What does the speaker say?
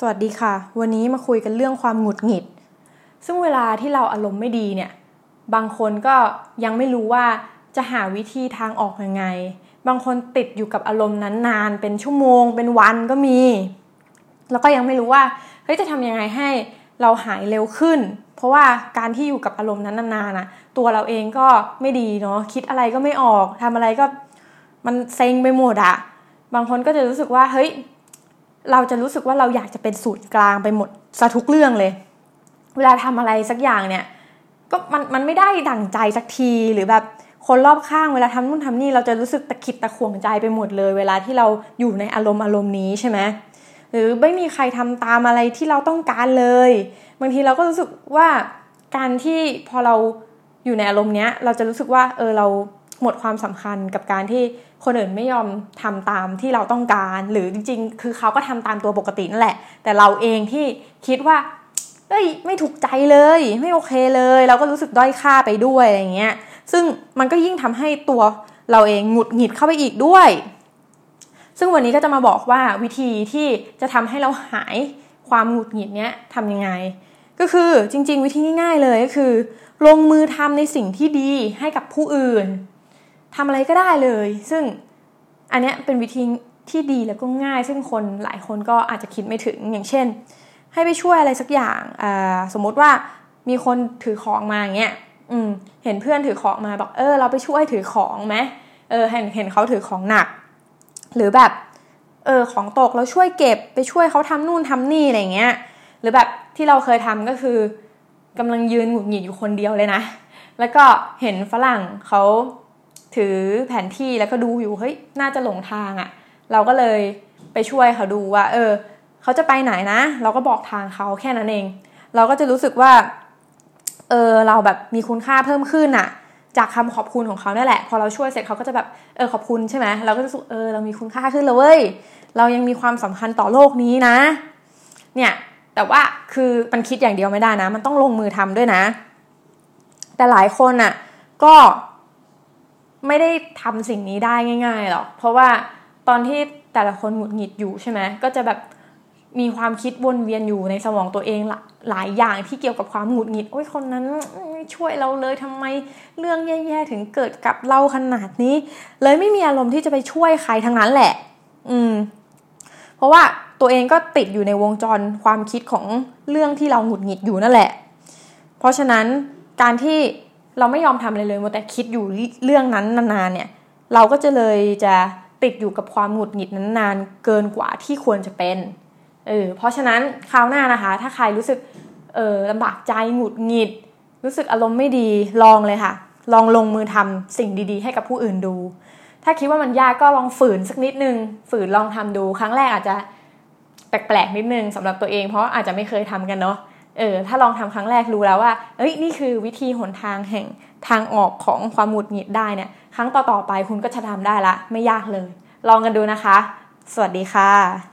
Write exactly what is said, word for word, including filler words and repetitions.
สวัสดีค่ะวันนี้มาคุยกันเรื่องความหงุดหงิดซึ่งเวลาที่เราอารมณ์ไม่ดีเนี่ยบางคนก็ยังไม่รู้ว่าจะหาวิธีทางออกยังไงบางคนติดอยู่กับอารมณ์นั้นนานเป็นชั่วโมงเป็นวันก็มีแล้วก็ยังไม่รู้ว่าเฮ้ยจะทำยังไงให้เราหายเร็วขึ้นเพราะว่าการที่อยู่กับอารมณ์นั้นนานๆนะตัวเราเองก็ไม่ดีเนาะคิดอะไรก็ไม่ออกทำอะไรก็มันเซ็งไปหมดอะบางคนก็จะรู้สึกว่าเฮ้ยเราจะรู้สึกว่าเราอยากจะเป็นศูนย์กลางไปหมดซะทุกเรื่องเลยเวลาทำอะไรสักอย่างเนี่ยก็มันมันไม่ได้ดั่งใจสักทีหรือแบบคนรอบข้างเวลาทำนู่นทำนี่เราจะรู้สึกตะขิดตะขวงใจไปหมดเลยเวลาที่เราอยู่ในอารมณ์อารมณ์นี้ใช่ไหมหรือไม่มีใครทำตามอะไรที่เราต้องการเลยบางทีเราก็รู้สึกว่าการที่พอเราอยู่ในอารมณ์เนี้ยเราจะรู้สึกว่าเออเราหมดความสำคัญกับการที่คนอื่นไม่ยอมทำตามที่เราต้องการหรือจริงๆคือเขาก็ทำตามตัวปกตินั่นแหละแต่เราเองที่คิดว่าเอ้ยไม่ถูกใจเลยไม่โอเคเลยเราก็รู้สึกด้อยค่าไปด้วยอย่างเงี้ยซึ่งมันก็ยิ่งทำให้ตัวเราเองหงุดหงิดเข้าไปอีกด้วยซึ่งวันนี้ก็จะมาบอกว่าวิธีที่จะทำให้เราหายความหงุดหงิดเนี้ยทำยังไงก็คือจริงๆวิธีง่ายๆเลยก็คือลงมือทำในสิ่งที่ดีให้กับผู้อื่นทำอะไรก็ได้เลยซึ่งอันเนี้ยเป็นวิธีที่ดีแล้วก็ง่ายซึ่งคนหลายคนก็อาจจะคิดไม่ถึงอย่างเช่นให้ไปช่วยอะไรสักอย่างอ่าสมมติว่ามีคนถือของมาอย่างเงี้ยอืมเห็นเพื่อนถือของมาบอกเออเราไปช่วยถือของไหมเออเห็นเห็นเขาถือของหนักหรือแบบเออของตกเราช่วยเก็บไปช่วยเขาทำนู่นทำนี่อะไรเงี้ยหรือแบบที่เราเคยทำก็คือกำลังยืนหงุดหงิดอยู่คนเดียวเลยนะแล้วก็เห็นฝรั่งเขาถือแผนที่แล้วก็ดูอยู่เฮ้ยน่าจะหลงทางอ่ะเราก็เลยไปช่วยเขาดูว่าเออเขาจะไปไหนนะเราก็บอกทางเขาแค่นั้นเองเราก็จะรู้สึกว่าเออเราแบบมีคุณค่าเพิ่มขึ้นอ่ะจากคำขอบคุณของเขาเนี่ยแหละพอเราช่วยเสร็จเขาก็จะแบบเออขอบคุณใช่ไหมเราก็จะรู้สึกเออเรามีคุณค่าขึ้นเลยเว้ยเรายังมีความสำคัญต่อโลกนี้นะเนี่ยแต่ว่าคือมันคิดอย่างเดียวไม่ได้นะมันต้องลงมือทำด้วยนะแต่หลายคนอ่ะก็ไม่ได้ทำสิ่งนี้ได้ง่ายๆหรอกเพราะว่าตอนที่แต่ละคนหงุดหงิดอยู่ใช่ไหมก็จะแบบมีความคิดวนเวียนอยู่ในสมองตัวเองหลายอย่างที่เกี่ยวกับความหงุดหงิดโอ้ยคนนั้นไม่ช่วยเราเลยทำไมเรื่องแย่ๆถึงเกิดกับเราขนาดนี้เลยไม่มีอารมณ์ที่จะไปช่วยใครทั้งนั้นแหละอืมเพราะว่าตัวเองก็ติดอยู่ในวงจรความคิดของเรื่องที่เราหงุดหงิดอยู่นั่นแหละเพราะฉะนั้นการที่เราไม่ยอมทำอะไรเลยมัวแต่คิดอยู่เรื่องนั้นนานๆเนี่ยเราก็จะเลยจะติดอยู่กับความหงุดหงิดนั้นนานเกินกว่าที่ควรจะเป็นเออเพราะฉะนั้นคราวหน้านะคะถ้าใครรู้สึกเออลำบากใจหงุดหงิดรู้สึกอารมณ์ไม่ดีลองเลยค่ะลองลงมือทำสิ่งดีๆให้กับผู้อื่นดูถ้าคิดว่ามันยากก็ลองฝืนสักนิดนึงฝืนลองทำดูครั้งแรกอาจจะแปลกๆนิดนึงสำหรับตัวเองเพราะอาจจะไม่เคยทำกันเนาะเออถ้าลองทำครั้งแรกรู้แล้วว่าเอ้ยนี่คือวิธีหนทางแห่งทางออกของความหงุดหงิดได้เนี่ยครั้งต่อๆไปคุณก็จะทำได้ละไม่ยากเลยลองกันดูนะคะสวัสดีค่ะ